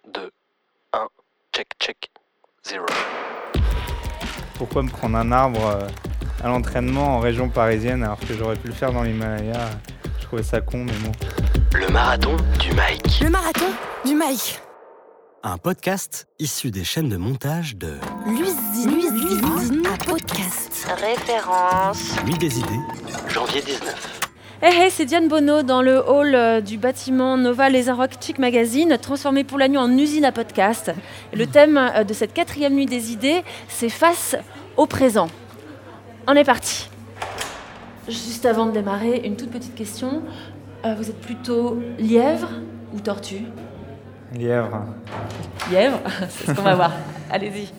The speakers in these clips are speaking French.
2, 1, check, 0. Pourquoi me prendre un arbre à l'entraînement en région parisienne alors que j'aurais pu le faire dans l'Himalaya? Je trouvais ça con, mais bon. Le marathon du Mike. Le marathon du Mike. Un podcast issu des chaînes de montage de L'usine à podcast. Référence. Nuit des idées, Janvier 19. Hey, c'est Diane Bonneau dans le hall du bâtiment Nova Les Arocs Chic Magazine, transformé pour la nuit en usine à podcast. Et le thème de cette 4e nuit des idées, c'est face au présent. On est parti. Juste avant de démarrer, une toute petite question. Vous êtes plutôt lièvre ou tortue? Lièvre. Lièvre, c'est ce qu'on va voir. Allez-y.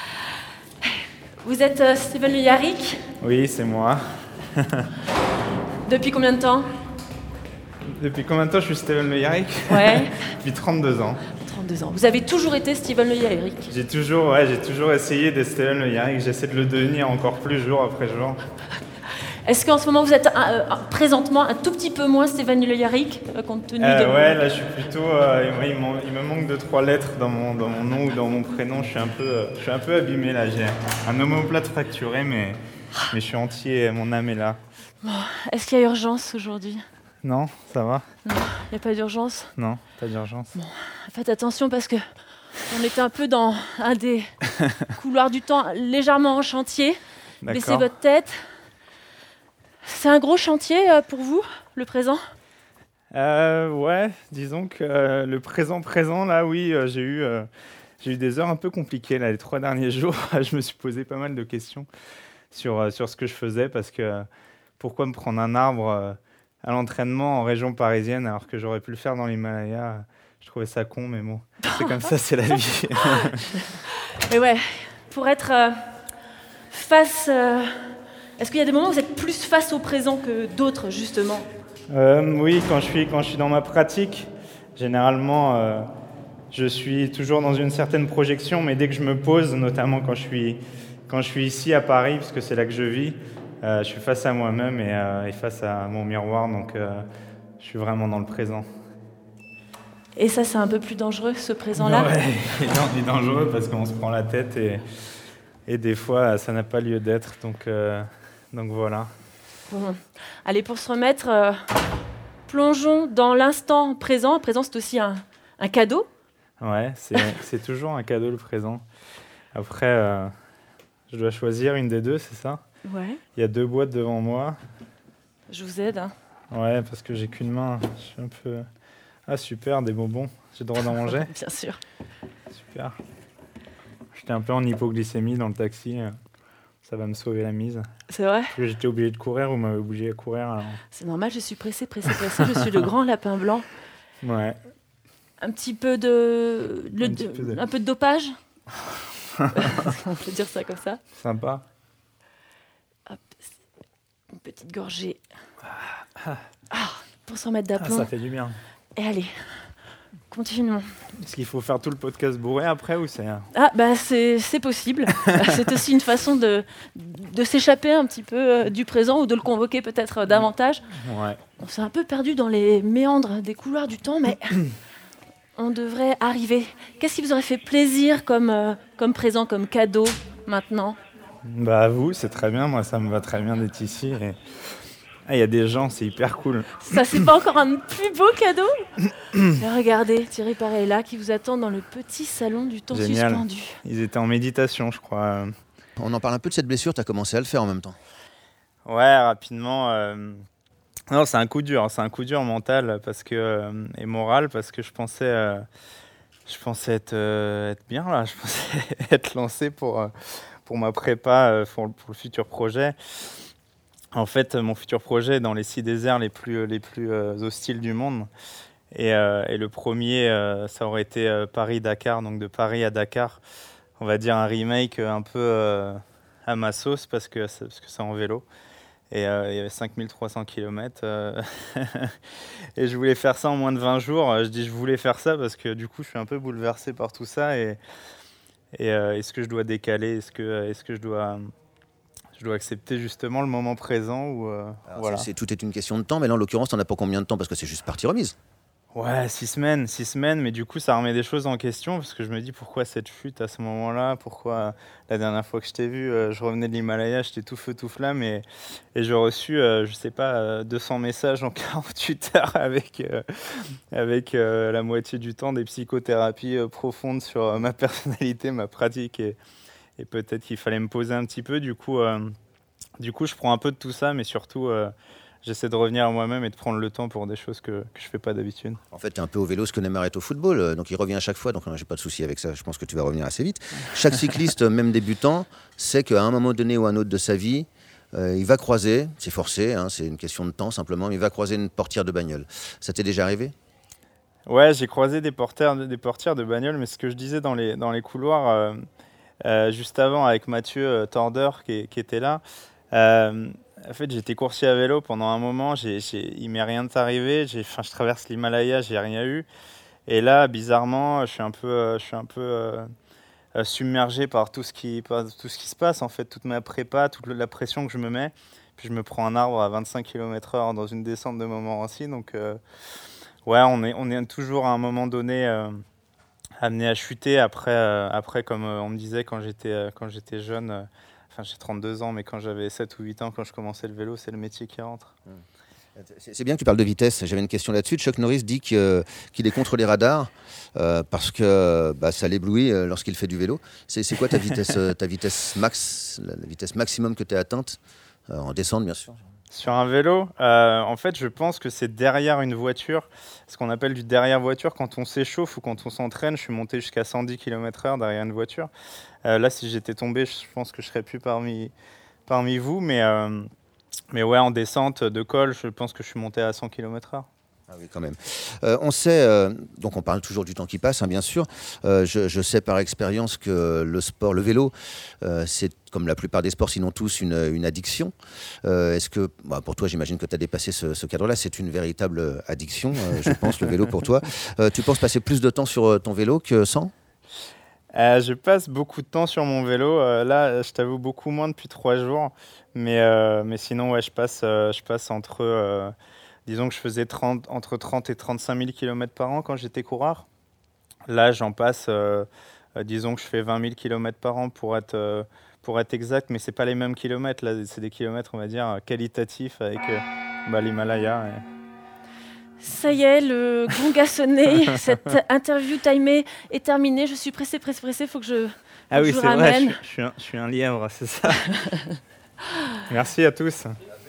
Vous êtes Steven Le Yarrick. Oui, c'est moi. Depuis combien de temps? Depuis combien de temps je suis Steven Le Yarrick? Ouais. Depuis 32 ans. 32 ans. Vous avez toujours été Steven Le Yarrick. J'ai toujours essayé d'être Steven Le Yarrick. J'essaie de le devenir encore plus jour après jour. Est-ce qu'en ce moment vous êtes présentement un tout petit peu moins Steven Le Yarrick compte tenu de... Ouais, là je suis plutôt... il me manque 2-3 lettres dans mon nom ou dans mon prénom. Je suis un peu abîmé là. J'ai un omoplate fracturé, mais je suis entier, mon âme est là. Bon, est-ce qu'il y a urgence aujourd'hui? Non, ça va? Non, il n'y a pas d'urgence? Non, pas d'urgence. Bon, faites attention parce que on était un peu dans un des couloirs du temps légèrement en chantier. D'accord. Baissez votre tête. C'est un gros chantier pour vous, le présent? Ouais, disons que le présent là, oui, j'ai eu des heures un peu compliquées là, les 3 derniers jours. Je me suis posé pas mal de questions sur ce que je faisais parce que pourquoi me prendre un arbre à l'entraînement en région parisienne alors que j'aurais pu le faire dans l'Himalaya? Je trouvais ça con, mais bon, c'est comme ça, c'est la vie. Mais ouais, pour être face... Est-ce qu'il y a des moments où vous êtes plus face au présent que d'autres, justement? Oui, quand je suis dans ma pratique, généralement, je suis toujours dans une certaine projection, mais dès que je me pose, notamment quand je suis ici à Paris, parce que c'est là que je vis, je suis face à moi-même et face à mon miroir, donc je suis vraiment dans le présent. Et ça, c'est un peu plus dangereux, ce présent-là? Ouais, il est dangereux parce qu'on se prend la tête et des fois, ça n'a pas lieu d'être, donc voilà. Bon. Allez, pour se remettre, plongeons dans l'instant présent. Le présent, c'est aussi un cadeau. Ouais, c'est toujours un cadeau, le présent. Après, je dois choisir une des deux, c'est ça? Ouais. Il y a 2 boîtes devant moi. Je vous aide. Hein. Ouais, parce que j'ai qu'une main. Je suis un peu... Ah, super, des bonbons. J'ai le droit d'en manger? Bien sûr. Super. J'étais un peu en hypoglycémie dans le taxi. Ça va me sauver la mise. C'est vrai? Parce que j'étais obligé de courir, vous m'avez obligé à courir. Alors... C'est normal, je suis pressée. Je suis le grand lapin blanc. Ouais. Un petit peu de dopage? On peut dire ça comme ça. Sympa. Hop, une petite gorgée. Pour se remettre d'aplomb. Ça fait du bien. Et allez, continuons. Est-ce qu'il faut faire tout le podcast bourré après ou c'est... C'est possible. C'est aussi une façon de s'échapper un petit peu du présent ou de le convoquer peut-être davantage. Ouais. On s'est un peu perdu dans les méandres des couloirs du temps, mais on devrait arriver. Qu'est-ce qui vous aurait fait plaisir comme présent, comme cadeau maintenant? Bah vous, c'est très bien. Moi, ça me va très bien d'être ici. Et... il y a des gens, c'est hyper cool. Ça, c'est pas encore un plus beau cadeau? Regardez, Thierry Parella qui vous attend dans le petit salon du temps suspendu. Ils étaient en méditation, je crois. On en parle un peu de cette blessure, tu as commencé à le faire en même temps. Ouais, rapidement. Non, c'est un coup dur mental et moral parce que je pensais être bien là. Je pensais être lancé pour ma prépa, pour le futur projet. En fait, mon futur projet est dans les 6 déserts les plus hostiles du monde. Et le premier, ça aurait été Paris-Dakar, donc de Paris à Dakar. On va dire un remake un peu à ma sauce parce que c'est en vélo. Et il y avait 5300 km. Et je voulais faire ça en moins de 20 jours. Je dis je voulais faire ça parce que du coup, je suis un peu bouleversé par tout ça. Et est-ce que je dois décaler? Est-ce que je dois accepter justement le moment présent ou voilà. Tout est une question de temps, mais là en l'occurrence, t'en as pour combien de temps? Parce que c'est juste partie remise. Ouais, 6 semaines, mais du coup, ça remet des choses en question parce que je me dis pourquoi cette chute à ce moment-là, pourquoi la dernière fois que je t'ai vu, je revenais de l'Himalaya, j'étais tout feu, tout flamme et j'ai reçu, je sais pas, 200 messages en 48 heures avec la moitié du temps des psychothérapies profondes sur ma personnalité, ma pratique et peut-être qu'il fallait me poser un petit peu. Du coup, je prends un peu de tout ça, mais surtout, j'essaie de revenir à moi-même et de prendre le temps pour des choses que je fais pas d'habitude. En fait, tu es un peu au vélo ce que Neymar est au football, donc il revient à chaque fois, donc j'ai pas de souci avec ça, je pense que tu vas revenir assez vite. Chaque cycliste, même débutant, sait qu'à un moment donné ou un autre de sa vie, il va croiser, c'est forcé, hein, c'est une question de temps simplement, mais il va croiser une portière de bagnole. Ça t'est déjà arrivé ? Ouais, j'ai croisé des portières de bagnole, mais ce que je disais dans les couloirs juste avant avec Mathieu Torder qui était là, en fait, j'étais coursier à vélo pendant un moment, il m'est rien arrivé, je traverse l'Himalaya, j'ai rien eu. Et là, bizarrement, je suis un peu submergé par tout ce qui se passe, en fait, toute ma prépa, toute la pression que je me mets. Puis je me prends un arbre à 25 km/h dans une descente de Montmorency. Donc, ouais, on est toujours à un moment donné amené à chuter. Après comme on me disait quand j'étais jeune... j'ai 32 ans, mais quand j'avais 7 ou 8 ans, quand je commençais le vélo, c'est le métier qui rentre. C'est bien que tu parles de vitesse. J'avais une question là-dessus. Chuck Norris dit qu'il est contre les radars parce que ça l'éblouit lorsqu'il fait du vélo. C'est quoi ta vitesse max, la vitesse maximum que tu as atteinte en descente, bien sûr? Sur un vélo, en fait, je pense que c'est derrière une voiture, ce qu'on appelle du derrière-voiture. Quand on s'échauffe ou quand on s'entraîne, je suis monté jusqu'à 110 km/h derrière une voiture. Là, si j'étais tombé, je pense que je ne serais plus parmi vous. Mais ouais, en descente de col, je pense que je suis monté à 100 km/h. Ah oui, quand même. On sait, donc on parle toujours du temps qui passe, hein, bien sûr. Je sais par expérience que le vélo, c'est comme la plupart des sports, sinon tous, une addiction. Est-ce que, pour toi, j'imagine que tu as dépassé ce cadre-là, c'est une véritable addiction, je pense, le vélo pour toi. Tu penses passer plus de temps sur ton vélo que sans ? Je passe beaucoup de temps sur mon vélo. Là, je t'avoue, beaucoup moins depuis 3 jours. Mais sinon, ouais, je passe entre... disons que je faisais entre 30 et 35 000 km par an quand j'étais coureur. Là, j'en passe, disons que je fais 20 000 km par an pour être exact, mais ce n'est pas les mêmes kilomètres. Là, c'est des kilomètres, on va dire, qualitatifs avec l'Himalaya. Ça y est, le gong a sonné. Cette interview timée est terminée. Je suis pressée. Il faut que je Ah oui, je c'est ramène. vrai, je suis un lièvre, c'est ça. Merci à tous.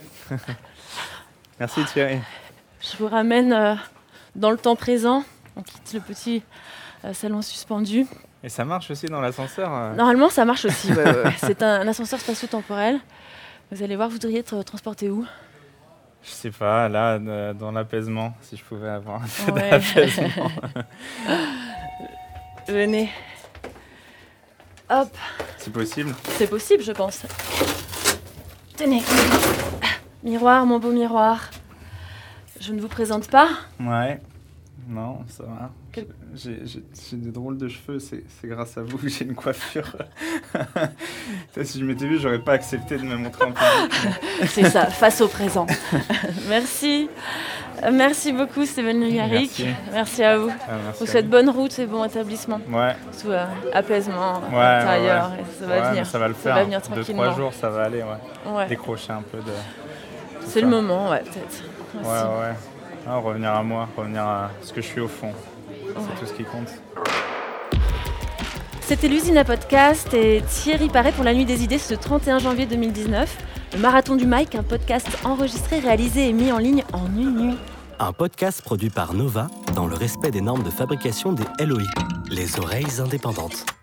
Merci Thierry. Je vous ramène dans le temps présent. On quitte le petit salon suspendu. Et ça marche aussi dans l'ascenseur Normalement, ça marche aussi. Ouais. C'est un ascenseur spatio-temporel. Vous allez voir, vous devriez être transporté où ? Je sais pas, là, dans l'apaisement, si je pouvais avoir un peu d'apaisement. Venez. Hop. C'est possible ? C'est possible, je pense. Tenez. Miroir, mon beau miroir. Je ne vous présente pas. Ouais. Non, ça va. J'ai des drôles de cheveux, c'est grâce à vous que j'ai une coiffure. Si je m'étais vu, j'aurais pas accepté de me montrer en public. C'est ça, face au présent. Merci. Merci beaucoup, Steven Lugaric. Merci à vous. Merci vous souhaite bonne route et bon établissement. Ouais. Sous apaisement intérieur. Ouais. Et ça va venir. Ça va le faire. Ça va venir tranquillement. 2-3 jours, ça va aller. Ouais. Décrocher un peu de... C'est le moment, peut-être. Ouais. Revenir à moi, revenir à ce que je suis au fond. C'est tout ce qui compte. C'était l'usine à podcast et Thierry Paré pour la Nuit des Idées ce 31 janvier 2019. Le Marathon du Mike, un podcast enregistré, réalisé et mis en ligne en une nuit. Un podcast produit par Nova dans le respect des normes de fabrication des LOI, les oreilles indépendantes.